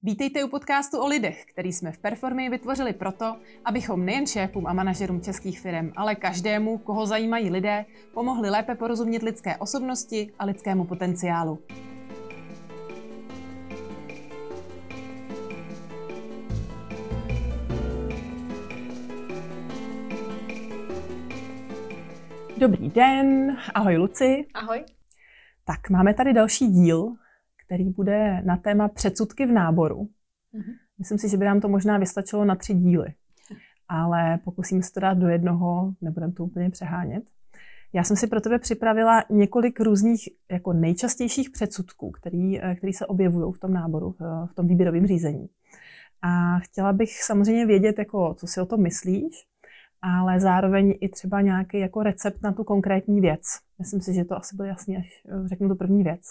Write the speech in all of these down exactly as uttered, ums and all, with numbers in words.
Vítejte u podcastu o lidech, který jsme v Performy vytvořili proto, abychom nejen šéfům a manažerům českých firm, ale každému, koho zajímají lidé, pomohli lépe porozumět lidské osobnosti a lidskému potenciálu. Dobrý den, ahoj Luci. Ahoj. Tak máme tady další díl, který bude na téma předsudky v náboru. Mm-hmm. Myslím si, že by nám to možná vystačilo na tři díly, ale pokusíme se to dát do jednoho, nebudeme to úplně přehánět. Já jsem si pro tebe připravila několik různých jako nejčastějších předsudků, který, který se objevují v tom náboru, v tom výběrovém řízení. A chtěla bych samozřejmě vědět, jako, co si o tom myslíš, ale zároveň i třeba nějaký jako recept na tu konkrétní věc. Myslím si, že to asi bude jasný, až řeknu tu první věc.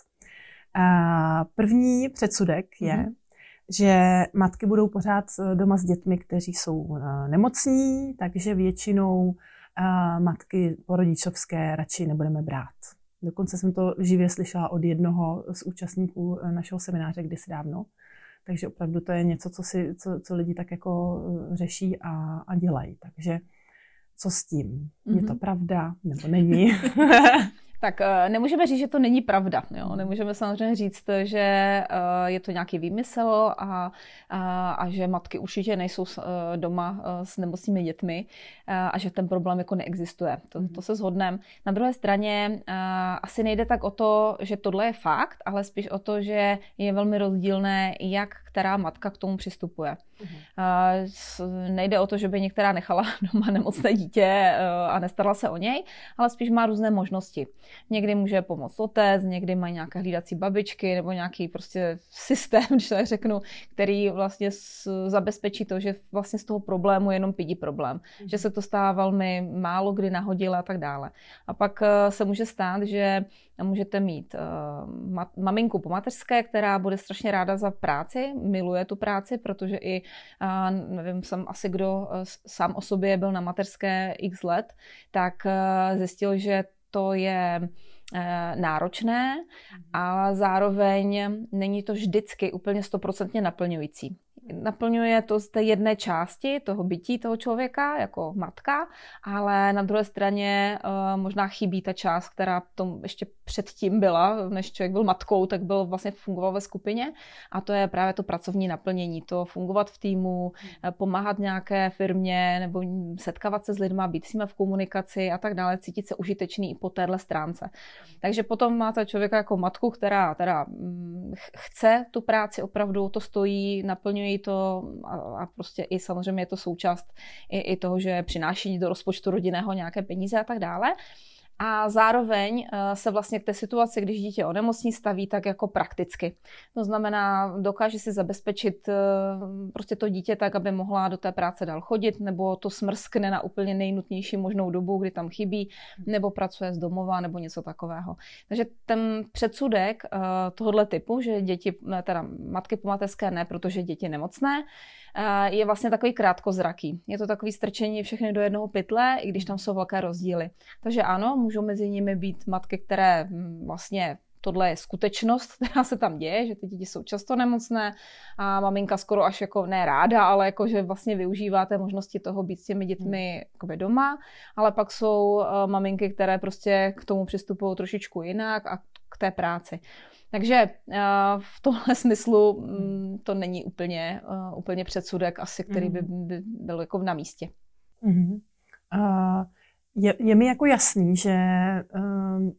A první předsudek je, mm-hmm. že matky budou pořád doma s dětmi, kteří jsou nemocní, takže většinou matky porodičovské radši nebudeme brát. Dokonce jsem to živě slyšela od jednoho z účastníků našeho semináře kdysi dávno. Takže opravdu to je něco, co, si, co, co lidi tak jako řeší a, a dělají. Takže co s tím? Mm-hmm. Je to pravda nebo není? Tak nemůžeme říct, že to není pravda. Jo? Nemůžeme samozřejmě říct, že je to nějaký výmysl a, a, a že matky určitě nejsou doma s nemocnými dětmi a že ten problém jako neexistuje. To, to se shodneme. Na druhé straně asi nejde tak o to, že tohle je fakt, ale spíš o to, že je velmi rozdílné, jak která matka k tomu přistupuje. Uhum. Nejde o to, že by některá nechala doma nemocné dítě a nestarala se o něj, ale spíš má různé možnosti. Někdy může pomoct otec, někdy mají nějaké hlídací babičky nebo nějaký prostě systém, když tak řeknu, který vlastně zabezpečí to, že vlastně z toho problému je jenom pidi problém. Uhum. Že se to stává velmi málo kdy nahodile a tak dále. A pak se může stát, že můžete mít uh, ma- maminku po mateřské, která bude strašně ráda za práci, miluje tu práci, protože i, uh, nevím, jsem asi kdo uh, sám o sobě byl na mateřské x let, tak uh, zjistil, že to je uh, náročné a zároveň není to vždycky úplně stoprocentně naplňující. Naplňuje to z té jedné části toho bytí toho člověka jako matka, ale na druhé straně uh, možná chybí ta část, která tom ještě předtím byla, než člověk byl matkou, tak byl vlastně fungoval ve skupině a to je právě to pracovní naplnění, to fungovat v týmu, pomáhat nějaké firmě nebo setkávat se s lidma, být s nimi v komunikaci a tak dále, cítit se užitečný i po téhle stránce. Takže potom máte člověka jako matku, která teda chce tu práci opravdu, to stojí, naplňují to a, a prostě i samozřejmě je to součást i, i toho, že přináší do rozpočtu rodinného nějaké peníze a tak dále. A zároveň uh, se vlastně k té situaci, když dítě onemocní, staví tak jako prakticky. To znamená, dokáže si zabezpečit uh, prostě to dítě tak, aby mohla do té práce dál chodit, nebo to smrskne na úplně nejnutnější možnou dobu, kdy tam chybí, nebo pracuje z domova, nebo něco takového. Takže ten předsudek uh, tohoto typu, že děti, teda matky po mateřské ne, protože děti nemocné, uh, je vlastně takový krátkozraký. Je to takový strčení všechny do jednoho pytle, i když tam jsou velké rozdíly. Takže ano, můžou mezi nimi být matky, které vlastně tohle je skutečnost, která se tam děje, že ty děti jsou často nemocné a maminka skoro až jako ne ráda, ale jako že vlastně využívá té možnosti toho být s těmi dětmi jakoby doma, ale pak jsou uh, maminky, které prostě k tomu přistupují trošičku jinak a k té práci. Takže uh, v tomhle smyslu um, to není úplně, uh, úplně předsudek asi, který by, by byl jako na místě. Mm-hmm. Uh... Je, je mi jako jasný, že um,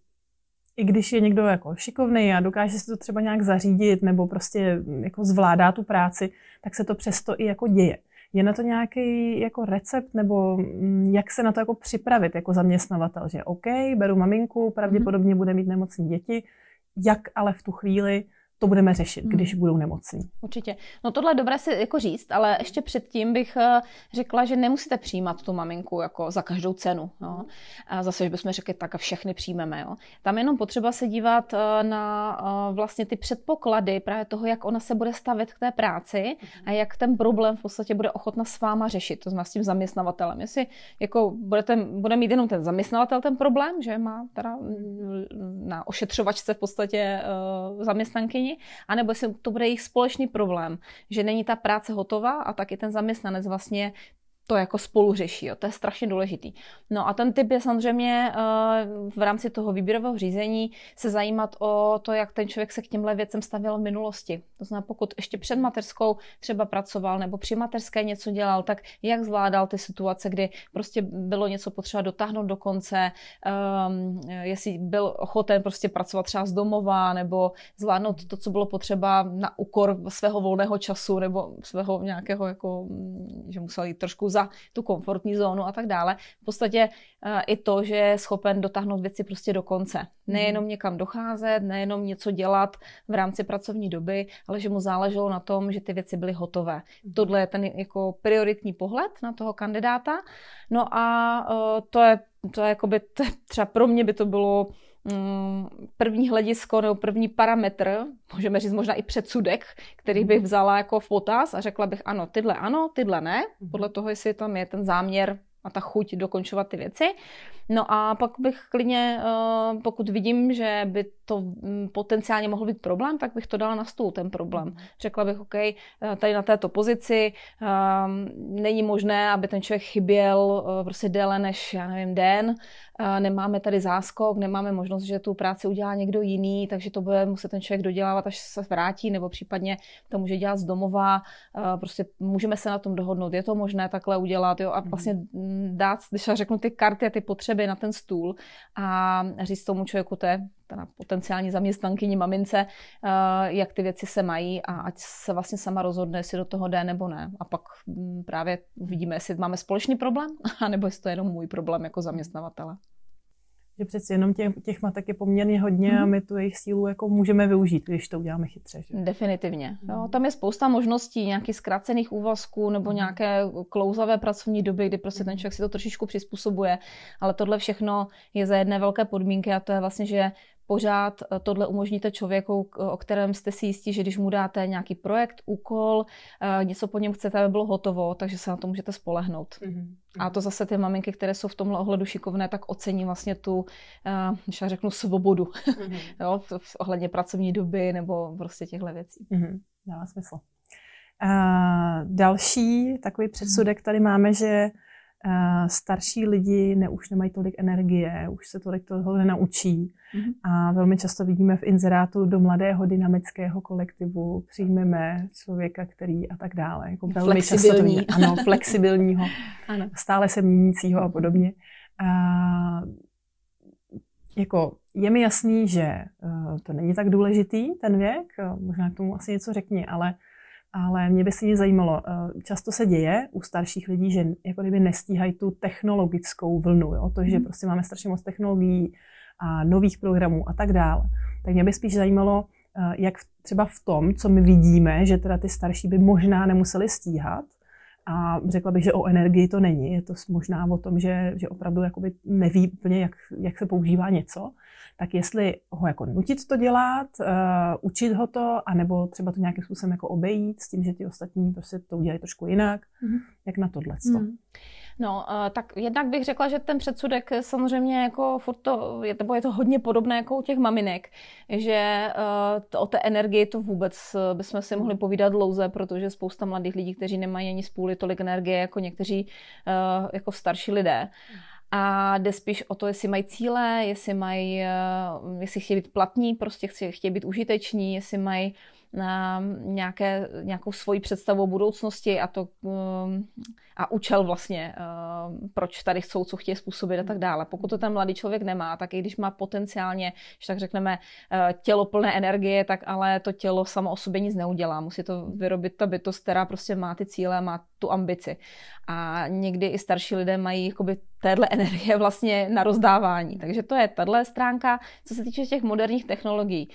i když je někdo jako šikovný a dokáže si to třeba nějak zařídit nebo prostě jako zvládá tu práci, tak se to přesto i jako děje. Je na to nějaký jako recept nebo jak se na to jako připravit jako zaměstnavatel, že OK, beru maminku, pravděpodobně bude mít nemocné děti, jak ale v tu chvíli to budeme řešit, když budou nemocní. Určitě. No tohle je dobré si jako říct, ale ještě předtím bych řekla, že nemusíte přijímat tu maminku jako za každou cenu. Jo. A zase, že bychom řekli, tak a všechny přijmeme. Jo. Tam jenom potřeba se dívat na vlastně ty předpoklady právě toho, jak ona se bude stavět k té práci a jak ten problém v podstatě bude ochotna s váma řešit. To znamená s tím zaměstnavatelem. Jestli jako budete, bude mít jenom ten zaměstnavatel ten problém, že má teda na ošetřovačce v podstatě zaměstnankyni, oni, anebo jestli to bude jejich společný problém, že není ta práce hotová a taky ten zaměstnanec vlastně to jako spolu řeší. Jo. To je strašně důležitý. No a ten typ je samozřejmě uh, v rámci toho výběrového řízení se zajímat o to, jak ten člověk se k těmhle věcem stavěl v minulosti. To znamená, pokud ještě před mateřskou třeba pracoval nebo při mateřské něco dělal, tak jak zvládal ty situace, kdy prostě bylo něco potřeba dotáhnout do konce, um, jestli byl ochoten prostě pracovat třeba z domova nebo zvládnout to, co bylo potřeba na úkor svého volného času nebo svého nějakého, jako, že musel jít trošku za tu komfortní zónu a tak dále. V podstatě uh, i to, že je schopen dotáhnout věci prostě do konce. Nejenom někam docházet, nejenom něco dělat v rámci pracovní doby, ale že mu záleželo na tom, že ty věci byly hotové. Tohle je ten jako prioritní pohled na toho kandidáta. No a uh, to je, to je jakoby, to, třeba pro mě by to bylo první hledisko nebo první parametr, můžeme říct možná i předsudek, který bych vzala jako v potaz a řekla bych ano, tyhle ano, tyhle ne, podle toho, jestli tam je ten záměr a ta chuť dokončovat ty věci. No a pak bych klidně, pokud vidím, že by to potenciálně mohl být problém, tak bych to dala na stůl, ten problém. Řekla bych, OK, tady na této pozici není možné, aby ten člověk chyběl prostě déle než, já nevím, den. Nemáme tady záskok, nemáme možnost, že tu práci udělá někdo jiný, takže to bude muset ten člověk dodělávat, až se vrátí, nebo případně to může dělat z domova. Prostě můžeme se na tom dohodnout, je to možné takhle udělat, jo, a vlastně dát, když já řeknu ty karty a ty potřeby na ten stůl a říct tomu člověku, to je teda potenciální zaměstnankyni, mamince, jak ty věci se mají a ať se vlastně sama rozhodne, jestli do toho jde nebo ne. A pak právě uvidíme, jestli máme společný problém, anebo jestli to je jenom můj problém jako zaměstnavatele. Že přeci jenom těch, těch matek je poměrně hodně mm. a my tu jejich sílu jako můžeme využít, když to uděláme chytře. Že? Definitivně. Jo, tam je spousta možností, nějakých zkrácených úvazků nebo mm. nějaké klouzavé pracovní doby, kdy prostě ten člověk si to trošičku přizpůsobuje, ale tohle všechno je za jedné velké podmínky a to je vlastně, že pořád tohle umožníte člověku, o kterém jste si jistí, že když mu dáte nějaký projekt, úkol, něco po něm chcete, aby bylo hotovo, takže se na to můžete spolehnout. Mm-hmm. A to zase ty maminky, které jsou v tomhle ohledu šikovné, tak ocení vlastně tu, když já řeknu, svobodu. Mm-hmm. Jo, ohledně pracovní doby nebo prostě těchto věcí. Mm-hmm. Dává smysl. A další takový předsudek tady máme, že Uh, starší lidi ne, už nemají tolik energie, už se tolik toho nenaučí. Mm-hmm. A velmi často vidíme v inzerátu do mladého dynamického kolektivu přijmeme člověka, který a tak dále. Jako velmi flexibilní. Často to, ano, flexibilního, ano. Stále se měnícího a podobně. Uh, jako je mi jasný, že uh, to není tak důležitý, ten věk, uh, možná k tomu asi něco řekni, ale Ale mě by si zajímalo, často se děje u starších lidí, že jako kdyby nestíhají tu technologickou vlnu, jo? To, že prostě máme strašně moc technologií a nových programů a tak dále. Tak mě by spíš zajímalo, jak třeba v tom, co my vidíme, že teda ty starší by možná nemuseli stíhat, a řekla bych, že o energii to není. Je to možná o tom, že, že opravdu jakoby neví úplně, jak, jak se používá něco. Tak jestli ho jako nutit to dělat, uh, učit ho to, anebo třeba to nějakým způsobem jako obejít s tím, že ty ostatní prostě to udělají trošku jinak. Mm-hmm. Jak na tohle? Mm. No, tak jednak bych řekla, že ten předsudek samozřejmě jako furt to, je, je to hodně podobné jako u těch maminek, že uh, o té energii to vůbec bychom si mohli povídat dlouze, protože spousta mladých lidí, kteří nemají ani z půly tolik energie jako někteří uh, jako starší lidé. A jde spíš o to, jestli mají cíle, jestli mají, uh, jestli chtějí být platní, prostě chtějí, chtějí být užiteční, jestli mají na nějaké, nějakou svoji představu o budoucnosti a to um, a účel vlastně, um, proč tady chcou, co chtějí způsobit a tak dále. Pokud to ten mladý člověk nemá, tak i když má potenciálně, že tak řekneme, uh, tělo plné energie, tak ale to tělo samo o sobě nic neudělá. Musí to vyrobit ta bytost, která prostě má ty cíle, má tu ambici. A někdy i starší lidé mají jakoby téhle energie vlastně na rozdávání. Takže to je tahle stránka, co se týče těch moderních technologií.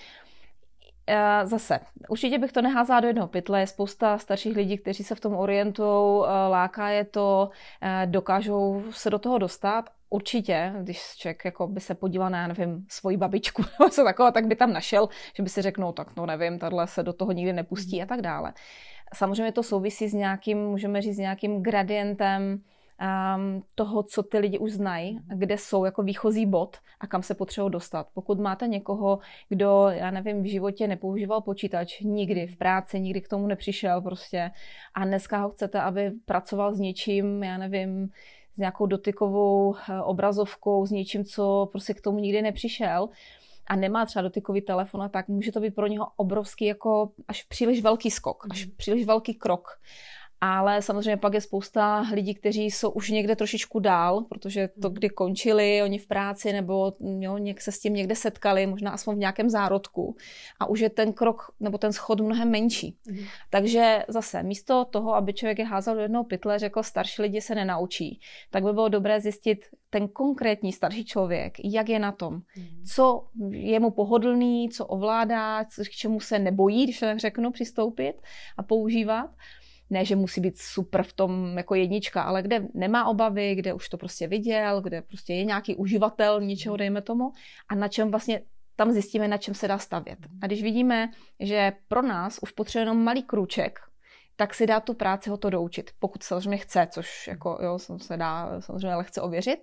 Zase, určitě bych to neházala do jednoho pytle, je spousta starších lidí, kteří se v tom orientují, láká je to, dokážou se do toho dostat. Určitě, když člověk jako by se podíval na, já nevím, svoji babičku nebo co takového, tak by tam našel, že by si řekl, no tak no nevím, tahle se do toho nikdy nepustí a tak dále. Samozřejmě to souvisí s nějakým, můžeme říct, s nějakým gradientem um, toho, co ty lidi už znají, kde jsou jako výchozí bod a kam se potřebují dostat. Pokud máte někoho, kdo, já nevím, v životě nepoužíval počítač, nikdy v práci, nikdy k tomu nepřišel prostě a dneska ho chcete, aby pracoval s něčím, já nevím, s nějakou dotykovou obrazovkou, s něčím, co prostě k tomu nikdy nepřišel a nemá třeba dotykový telefon a tak, může to být pro něho obrovský jako až příliš velký skok, až příliš velký krok. Ale samozřejmě pak je spousta lidí, kteří jsou už někde trošičku dál, protože to, kdy končili oni v práci nebo jo, něk se s tím někde setkali, možná aspoň v nějakém zárodku a už je ten krok nebo ten schod mnohem menší. Mm. Takže zase místo toho, aby člověk je házel do jednoho pytle, řekl, starší lidi se nenaučí, tak by bylo dobré zjistit ten konkrétní starší člověk, jak je na tom, mm. co je mu pohodlný, co ovládá, k čemu se nebojí, když tak řeknu, přistoupit a používat. Ne, že musí být super v tom jako jednička, ale kde nemá obavy, kde už to prostě viděl, kde prostě je nějaký uživatel něčeho, dejme tomu, a na čem vlastně tam zjistíme, na čem se dá stavět. A když vidíme, že pro nás už potřebuje jenom malý krůček, tak si dá tu práci ho to doučit, pokud samozřejmě chce, což jako, jo, se dá samozřejmě lehce ověřit.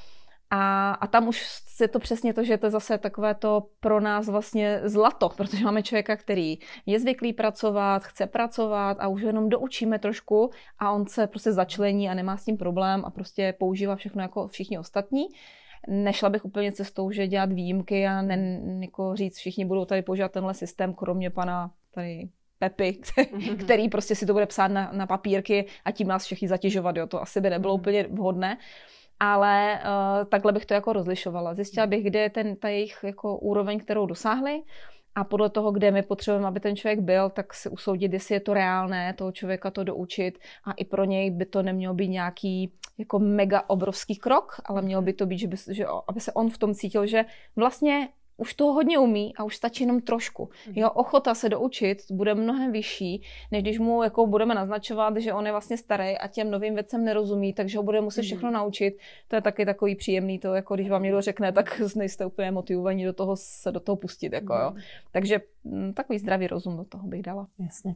A, a tam už je to přesně to, že to je zase takové to pro nás vlastně zlato, protože máme člověka, který je zvyklý pracovat, chce pracovat a už jenom doučíme trošku a on se prostě začlení a nemá s tím problém a prostě používá všechno jako všichni ostatní. Nešla bych úplně cestou, že dělat výjimky a ne, jako říct, všichni budou tady používat tenhle systém, kromě pana tady Pepy, který, který prostě si to bude psát na, na papírky a tím nás všichni zatěžovat, jo, to asi by nebylo úplně vhodné. Ale uh, takhle bych to jako rozlišovala. Zjistila bych, kde je ten, ta jejich jako úroveň, kterou dosáhli a podle toho, kde my potřebujeme, aby ten člověk byl, tak si usoudit, jestli je to reálné, toho člověka to doučit a i pro něj by to nemělo být nějaký jako mega obrovský krok, ale mělo by to být, že, by, že aby se on v tom cítil, že vlastně už toho hodně umí a už stačí jenom trošku. Jeho ochota se doučit bude mnohem vyšší, než když mu jako budeme naznačovat, že on je vlastně starý a těm novým věcem nerozumí, takže ho bude muset všechno naučit. To je taky takový příjemný, to jako když vám někdo řekne, tak nejste úplně motivovaní do toho se do toho pustit. Jako, jo. Takže takový zdravý rozum do toho bych dala. Jasně.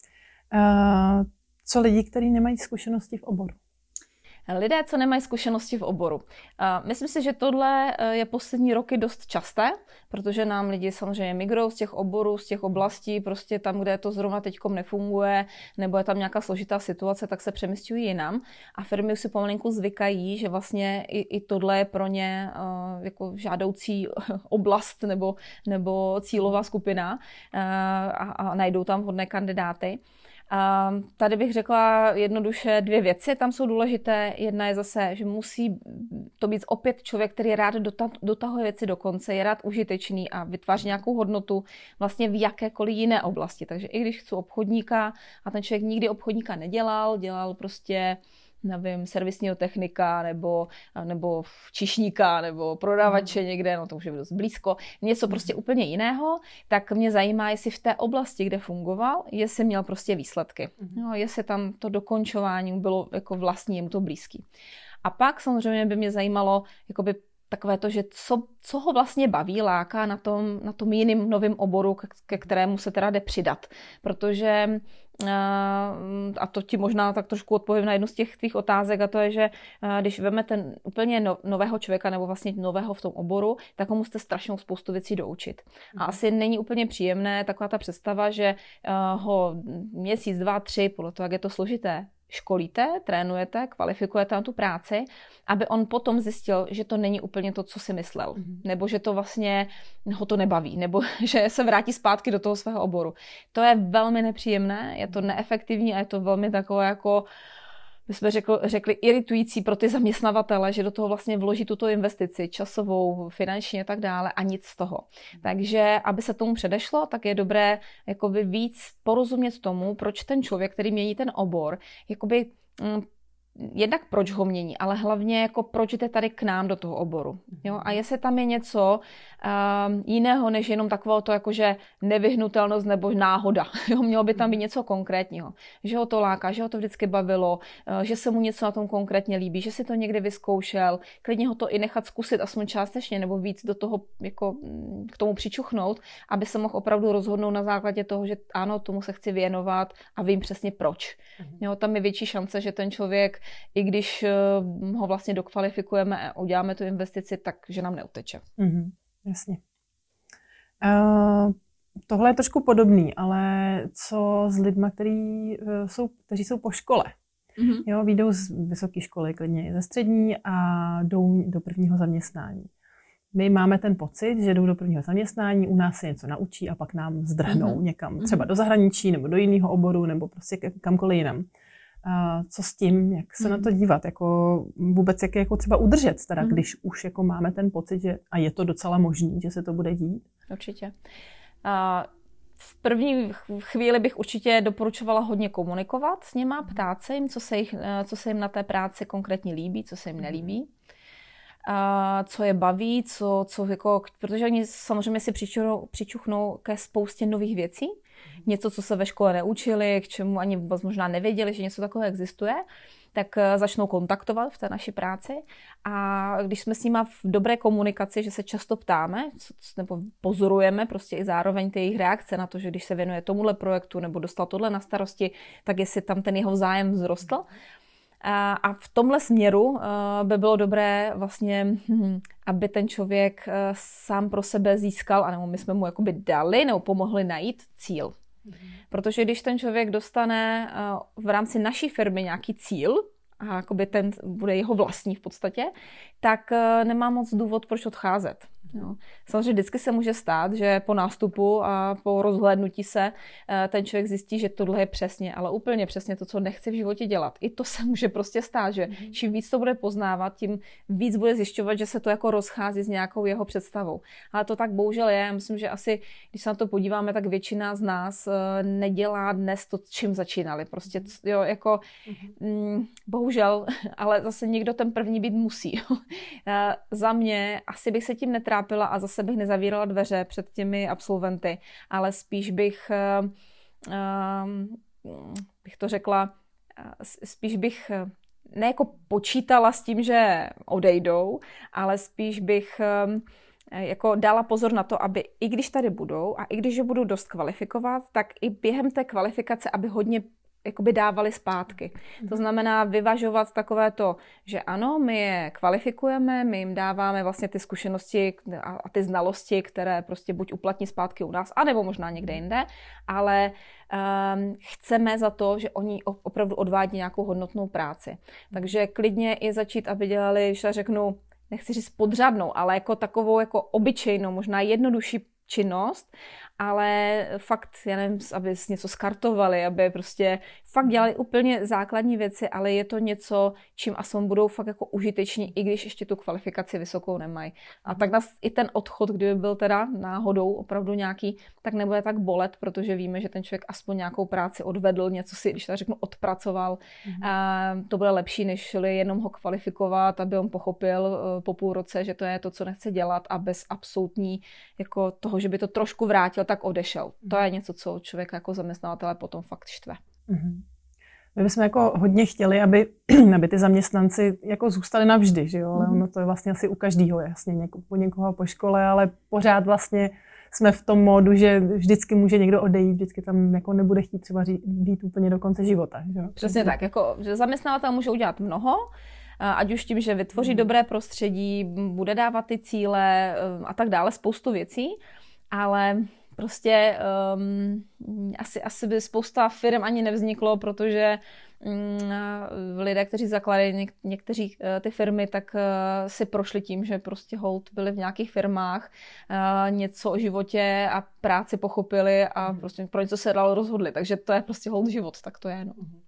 Uh, co lidi, kteří nemají zkušenosti v oboru? Lidé, co nemají zkušenosti v oboru. Myslím si, že tohle je poslední roky dost časté, protože nám lidi samozřejmě migrují z těch oborů, z těch oblastí, prostě tam, kde to zrovna teďkom nefunguje, nebo je tam nějaká složitá situace, tak se přemysťují jinam. A firmy už si pomalinku zvykají, že vlastně i, i tohle je pro ně uh, jako žádoucí oblast nebo, nebo cílová skupina uh, a, a najdou tam vhodné kandidáty. A tady bych řekla jednoduše dvě věci, tam jsou důležité. Jedna je zase, že musí to být opět člověk, který rád dotahuje věci do konce, je rád užitečný a vytváří nějakou hodnotu vlastně v jakékoliv jiné oblasti. Takže i když chci obchodníka a ten člověk nikdy obchodníka nedělal, dělal prostě nevím, servisního technika nebo, nebo čišníka nebo prodavače někde, no to už je dost blízko, něco prostě úplně jiného, tak mě zajímá, jestli v té oblasti, kde fungoval, jestli měl prostě výsledky. No, jestli tam to dokončování bylo jako vlastní, jemu to blízký. A pak samozřejmě by mě zajímalo jakoby takové to, že co, co ho vlastně baví, láká na tom, na tom jiným novém oboru, ke, ke kterému se teda jde přidat. Protože a to ti možná tak trošku odpovím na jednu z těch tvých otázek, a to je, že když veme ten úplně no, nového člověka nebo vlastně nového v tom oboru, tak ho musíte strašnou spoustu věcí doučit. A asi není úplně příjemné taková ta představa, že ho měsíc, dva, tři, podle toho, jak je to složité, školíte, trénujete, kvalifikujete na tu práci, aby on potom zjistil, že to není úplně to, co si myslel. Mm-hmm. Nebo že to vlastně ho to nebaví. Nebo že se vrátí zpátky do toho svého oboru. To je velmi nepříjemné, je to neefektivní a je to velmi takové jako, my jsme řekl, řekli, iritující pro ty zaměstnavatele, že do toho vlastně vloží tuto investici, časovou, finančně a tak dále a nic z toho. Takže, aby se tomu předešlo, tak je dobré jakoby víc porozumět tomu, proč ten člověk, který mění ten obor, jakoby mm, jednak proč ho mění, ale hlavně jako proč jde tady k nám do toho oboru. Jo? A jestli tam je něco uh, jiného, než jenom takového to jakože nevyhnutelnost nebo náhoda. Jo? Mělo by tam být něco konkrétního. Že ho to láká, že ho to vždycky bavilo, uh, že se mu něco na tom konkrétně líbí, že si to někdy vyzkoušel, klidně ho to i nechat zkusit aspoň částečně nebo víc do toho jako k tomu přičuchnout, aby se mohl opravdu rozhodnout na základě toho, že ano, tomu se chci věnovat a vím přesně proč. Jo? Tam je větší šance, že ten člověk i když ho vlastně dokvalifikujeme a uděláme tu investici, tak že nám neuteče. Mm-hmm, jasně. Uh, tohle je trošku podobný, ale co s lidma, který jsou, kteří jsou po škole? Mm-hmm. Jo, vyjdou z vysoké školy, klidně i ze střední a jdou do prvního zaměstnání. My máme ten pocit, že jdou do prvního zaměstnání, u nás se něco naučí a pak nám zdrhnou mm-hmm. někam, třeba do zahraničí nebo do jiného oboru nebo prostě kamkoliv jinam. A co s tím, jak se mm-hmm. na to dívat, jako vůbec jak jako třeba udržet, teda, mm-hmm. když už jako máme ten pocit, že a je to docela možný, že se to bude dít? Určitě. A v první chvíli bych určitě doporučovala hodně komunikovat s nima, ptát se jim, co se, jich, co se jim na té práci konkrétně líbí, co se jim nelíbí. A co je baví, co, co jako, protože oni samozřejmě si přičuchnou, přičuchnou ke spoustě nových věcí. Něco, co se ve škole neučili, k čemu ani možná nevěděli, že něco takového existuje, tak začnou kontaktovat v té naší práci. A když jsme s nima v dobré komunikaci, že se často ptáme, nebo pozorujeme prostě i zároveň ty jejich reakce na to, že když se věnuje tomuhle projektu nebo dostal tohle na starosti, tak jestli tam ten jeho zájem vzrostl. A v tomhle směru by bylo dobré vlastně, aby ten člověk sám pro sebe získal, anebo my jsme mu jakoby dali nebo pomohli najít cíl. Protože když ten člověk dostane v rámci naší firmy nějaký cíl, a jakoby ten bude jeho vlastní v podstatě, tak nemá moc důvod, proč odcházet. Jo. Samozřejmě vždycky se může stát, že po nástupu a po rozhlédnutí se ten člověk zjistí, že tohle je přesně, ale úplně přesně to, co nechce v životě dělat. I to se může prostě stát, že čím víc to bude poznávat, tím víc bude zjišťovat, že se to jako rozchází s nějakou jeho představou. Ale to tak bohužel je. Já myslím, že asi, když se na to podíváme, tak většina z nás nedělá dnes to, čím začínali. Prostě jo, jako mm, bohužel, ale zase někdo ten první být musí. Za mě asi bych se tím netrápila a zase bych nezavírala dveře před těmi absolventy, ale spíš bych, bych to řekla, spíš bych ne jako počítala s tím, že odejdou, ale spíš bych jako dala pozor na to, aby i když tady budou a i když je budou dost kvalifikovat, tak i během té kvalifikace, aby hodně jakoby dávali zpátky. To znamená vyvažovat takové to, že ano, my je kvalifikujeme, my jim dáváme vlastně ty zkušenosti a ty znalosti, které prostě buď uplatní zpátky u nás, anebo možná někde jinde, ale um, chceme za to, že oni opravdu odvádí nějakou hodnotnou práci. Takže klidně i začít, aby dělali, když řeknu, nechci říct podřadnou, ale jako takovou jako obyčejnou, možná jednodušší činnost, ale fakt, já nevím, aby něco skartovali, aby prostě fakt dělali úplně základní věci, ale je to něco, čím aspoň budou fakt jako užiteční, i když ještě tu kvalifikaci vysokou nemají. A tak nás i ten odchod, kdyby byl teda náhodou opravdu nějaký, tak nebude tak bolet, protože víme, že ten člověk aspoň nějakou práci odvedl, něco si, když tak řeknu, odpracoval. Mm. A to bude lepší, než jenom ho kvalifikovat, aby on pochopil po půl roce, že to je to, co nechce dělat a bez absolutní jako toho, že by to trošku vrátil, tak odešel. To je něco, co člověka jako zaměstnavatele potom fakt štve. Mm-hmm. My bychom jako hodně chtěli, aby, aby ty zaměstnanci jako zůstali navždy, že jo? Ale ono to je vlastně asi u každého, jasně, něko, po někoho po škole, ale pořád vlastně jsme v tom módu, že vždycky může někdo odejít, vždycky tam jako nebude chtít třeba být úplně do konce života. Že jo? Přesně tak, jako, že zaměstnavatel může udělat mnoho, ať už tím, že vytvoří mm. dobré prostředí, bude dávat ty cíle a tak dále, spoustu věcí, ale prostě um, asi, asi by spousta firm ani nevzniklo, protože um, lidé, kteří zakládají něk, někteří uh, ty firmy, tak uh, si prošli tím, že prostě hold byli v nějakých firmách, uh, něco o životě a práci pochopili a mm. prostě pro něco se dalo rozhodli. Takže to je prostě hold život, tak to je. No. Mm.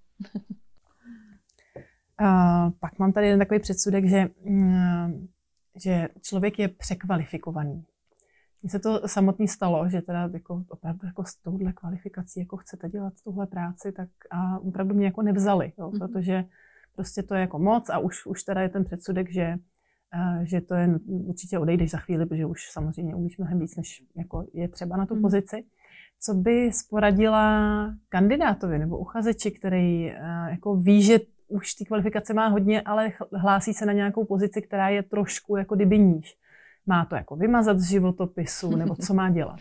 uh, pak mám tady jeden takový předsudek, že, uh, že člověk je překvalifikovaný. Mně se to samotný stalo, že teda jako opravdu jako s touhle kvalifikací jako chcete dělat tuhle práci, tak a opravdu mě jako nevzali, jo, protože prostě to je jako moc a už, už teda je ten předsudek, že, uh, že to je určitě odejdeš za chvíli, protože už samozřejmě umíš mnohem víc, než jako je třeba na tu mm. pozici. Co by poradila kandidátovi nebo uchazeči, který uh, jako ví, že už ty kvalifikace má hodně, ale hlásí se na nějakou pozici, která je trošku jako kdyby níž. Má to jako vymazat z životopisu, nebo co má dělat?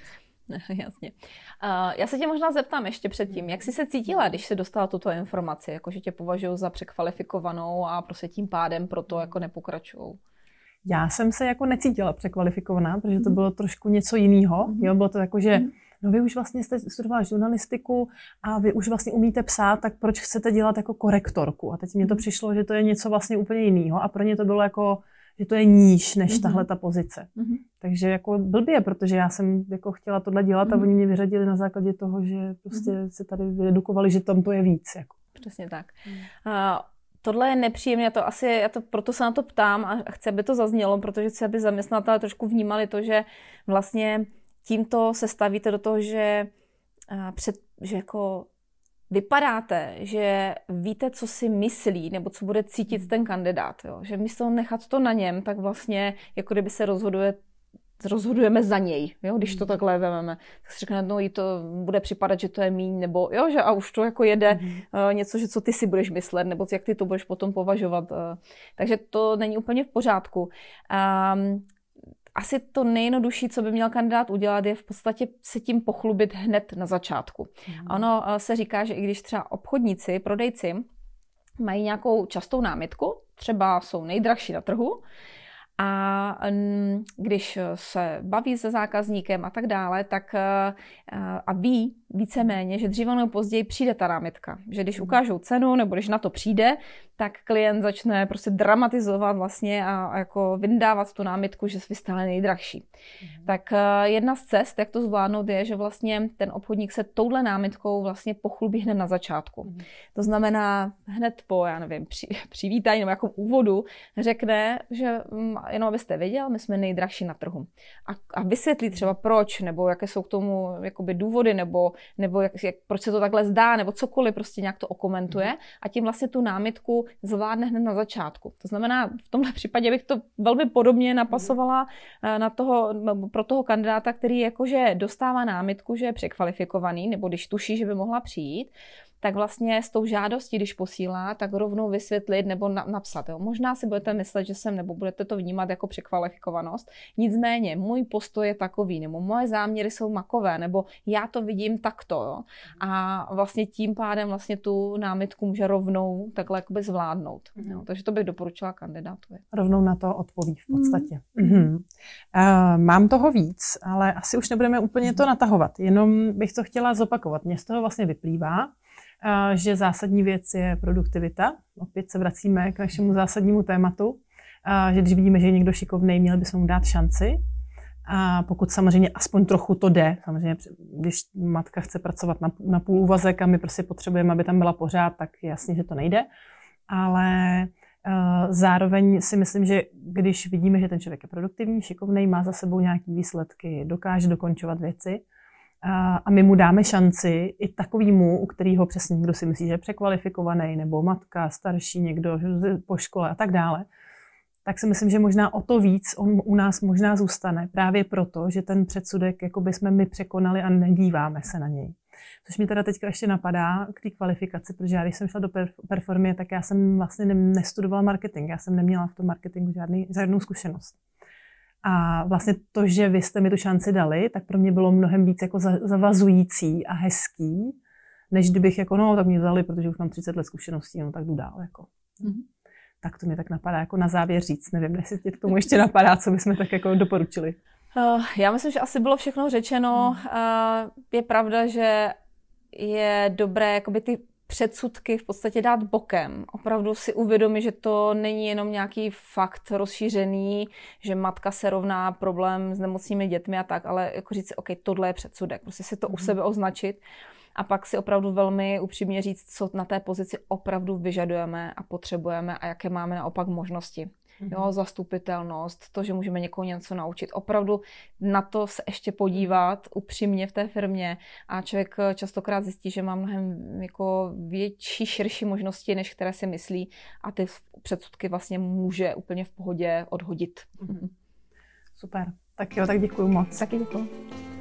Jasně. Uh, já se tě možná zeptám ještě předtím, jak jsi se cítila, když jsi dostala tuto informaci, jako že tě považují za překvalifikovanou a prostě tím pádem proto jako nepokračujou? Já jsem se jako necítila překvalifikovaná, protože to bylo trošku něco jiného. Jo, bylo to jako, že no vy už vlastně jste studovala žurnalistiku a vy už vlastně umíte psát, tak proč chcete dělat jako korektorku? A teď mně to přišlo, že to je něco vlastně úplně jiného a pro ně to bylo jako, že to je níž než mm-hmm. tahle ta pozice. Mm-hmm. Takže jako blbě, protože já jsem jako chtěla tohle dělat mm-hmm. a oni mě vyřadili na základě toho, že prostě mm-hmm. se tady vyedukovali, že tam to je víc. Jako. Přesně tak. Mm. Uh, tohle je nepříjemné, to asi, já to, proto se na to ptám a chci, aby to zaznělo, protože chci, aby zaměstnatelé trošku vnímali to, že vlastně tímto se stavíte do toho, že, uh, před, že jako vypadáte, že víte, co si myslí, nebo co bude cítit ten kandidát. Jo? Že místo nechat to na něm, tak vlastně, jako kdyby se rozhoduje, rozhodujeme za něj, jo? Když to takhle vezmeme. Tak si řekne, no jí to bude připadat, že to je míň, nebo jo, že a už to jako jede mm. uh, něco, že co ty si budeš myslet, nebo jak ty to budeš potom považovat. Uh, takže to není úplně v pořádku. Um, Asi to nejjednodušší, co by měl kandidát udělat, je v podstatě se tím pochlubit hned na začátku. Mm. Ono se říká, že i když třeba obchodníci, prodejci mají nějakou častou námitku, třeba jsou nejdražší na trhu, a když se baví se zákazníkem a tak dále, tak a ví víceméně, že dříve nebo později přijde ta námitka. Že když ukážou cenu nebo když na to přijde, tak klient začne prostě dramatizovat vlastně a, a jako vyndávat tu námitku, že vy stále nejdražší. Mm. Tak jedna z cest, jak to zvládnout, je, že vlastně ten obchodník se touhle námitkou vlastně pochlubí hned na začátku. Mm. To znamená hned po, já nevím, při, přivítání nebo jako úvodu řekne, že jenom abyste věděl, my jsme nejdražší na trhu. A, a vysvětlí třeba proč, nebo jaké jsou k tomu jakoby důvody, nebo, nebo jak, jak, proč se to takhle zdá, nebo cokoliv, prostě nějak to okomentuje a tím vlastně tu námitku zvládne hned na začátku. To znamená, v tomhle případě bych to velmi podobně napasovala na toho, pro toho kandidáta, který jakože dostává námitku, že je překvalifikovaný, nebo když tuší, že by mohla přijít, tak vlastně s tou žádostí, když posílá, tak rovnou vysvětlit nebo na, napsat. Jo. Možná si budete myslet, že jsem, nebo budete to vnímat jako překvalifikovanost. Nicméně, můj postoj je takový, nebo moje záměry jsou makové, nebo já to vidím takto. Jo. A vlastně tím pádem vlastně tu námitku může rovnou takhle jakoby zvládnout. Jo. Takže to bych doporučila kandidátovi. Rovnou na to odpoví v podstatě. Mm. Mm-hmm. Uh, mám toho víc, ale asi už nebudeme úplně to natahovat. Jenom bych to chtěla zopakovat. Mně z toho vlastně vyplývá, že zásadní věc je produktivita. Opět se vracíme k našemu zásadnímu tématu, že když vidíme, že je někdo šikovnej, měli bychom mu dát šanci. A pokud samozřejmě aspoň trochu to jde, samozřejmě když matka chce pracovat na, na půl úvazek a my prostě potřebujeme, aby tam byla pořád, tak je jasně, že to nejde. Ale uh, zároveň si myslím, že když vidíme, že ten člověk je produktivní, šikovnej, má za sebou nějaké výsledky, dokáže dokončovat věci, a my mu dáme šanci i takovýmu, u kterého přesně někdo si myslí, že je překvalifikovaný, nebo matka, starší, někdo po škole a tak dále, tak si myslím, že možná o to víc on u nás možná zůstane. Právě proto, že ten předsudek jako by jsme my překonali a nedíváme se na něj. Což mi teda teďka ještě napadá k té kvalifikaci, protože já když jsem šla do Performie, tak já jsem vlastně nestudovala marketing. Já jsem neměla v tom marketingu žádný, žádnou zkušenost. A vlastně to, že vy jste mi tu šanci dali, tak pro mě bylo mnohem víc jako zavazující a hezký, než kdybych jako, no, tak mě vzali, protože už mám třicet let zkušeností, no, tak jdu dál, jako. Mm-hmm. Tak to mě tak napadá jako na závěr říct. Nevím, jestli tě k tomu ještě napadá, co bychom tak jako doporučili. Uh, já myslím, že asi bylo všechno řečeno. Mm. Uh, je pravda, že je dobré jakoby ty předsudky v podstatě dát bokem. Opravdu si uvědomit, že to není jenom nějaký fakt rozšířený, že matka se rovná problém s nemocnými dětmi a tak, ale jako říct si, OK, tohle je předsudek. Prostě si to u sebe označit a pak si opravdu velmi upřímně říct, co na té pozici opravdu vyžadujeme a potřebujeme a jaké máme naopak možnosti. Jo, zastupitelnost, to, že můžeme někoho něco naučit. Opravdu na to se ještě podívat upřímně v té firmě a člověk častokrát zjistí, že má mnohem jako větší, širší možnosti, než které si myslí a ty předsudky vlastně může úplně v pohodě odhodit. Super. Tak jo, tak děkuju moc. Taky děkuju.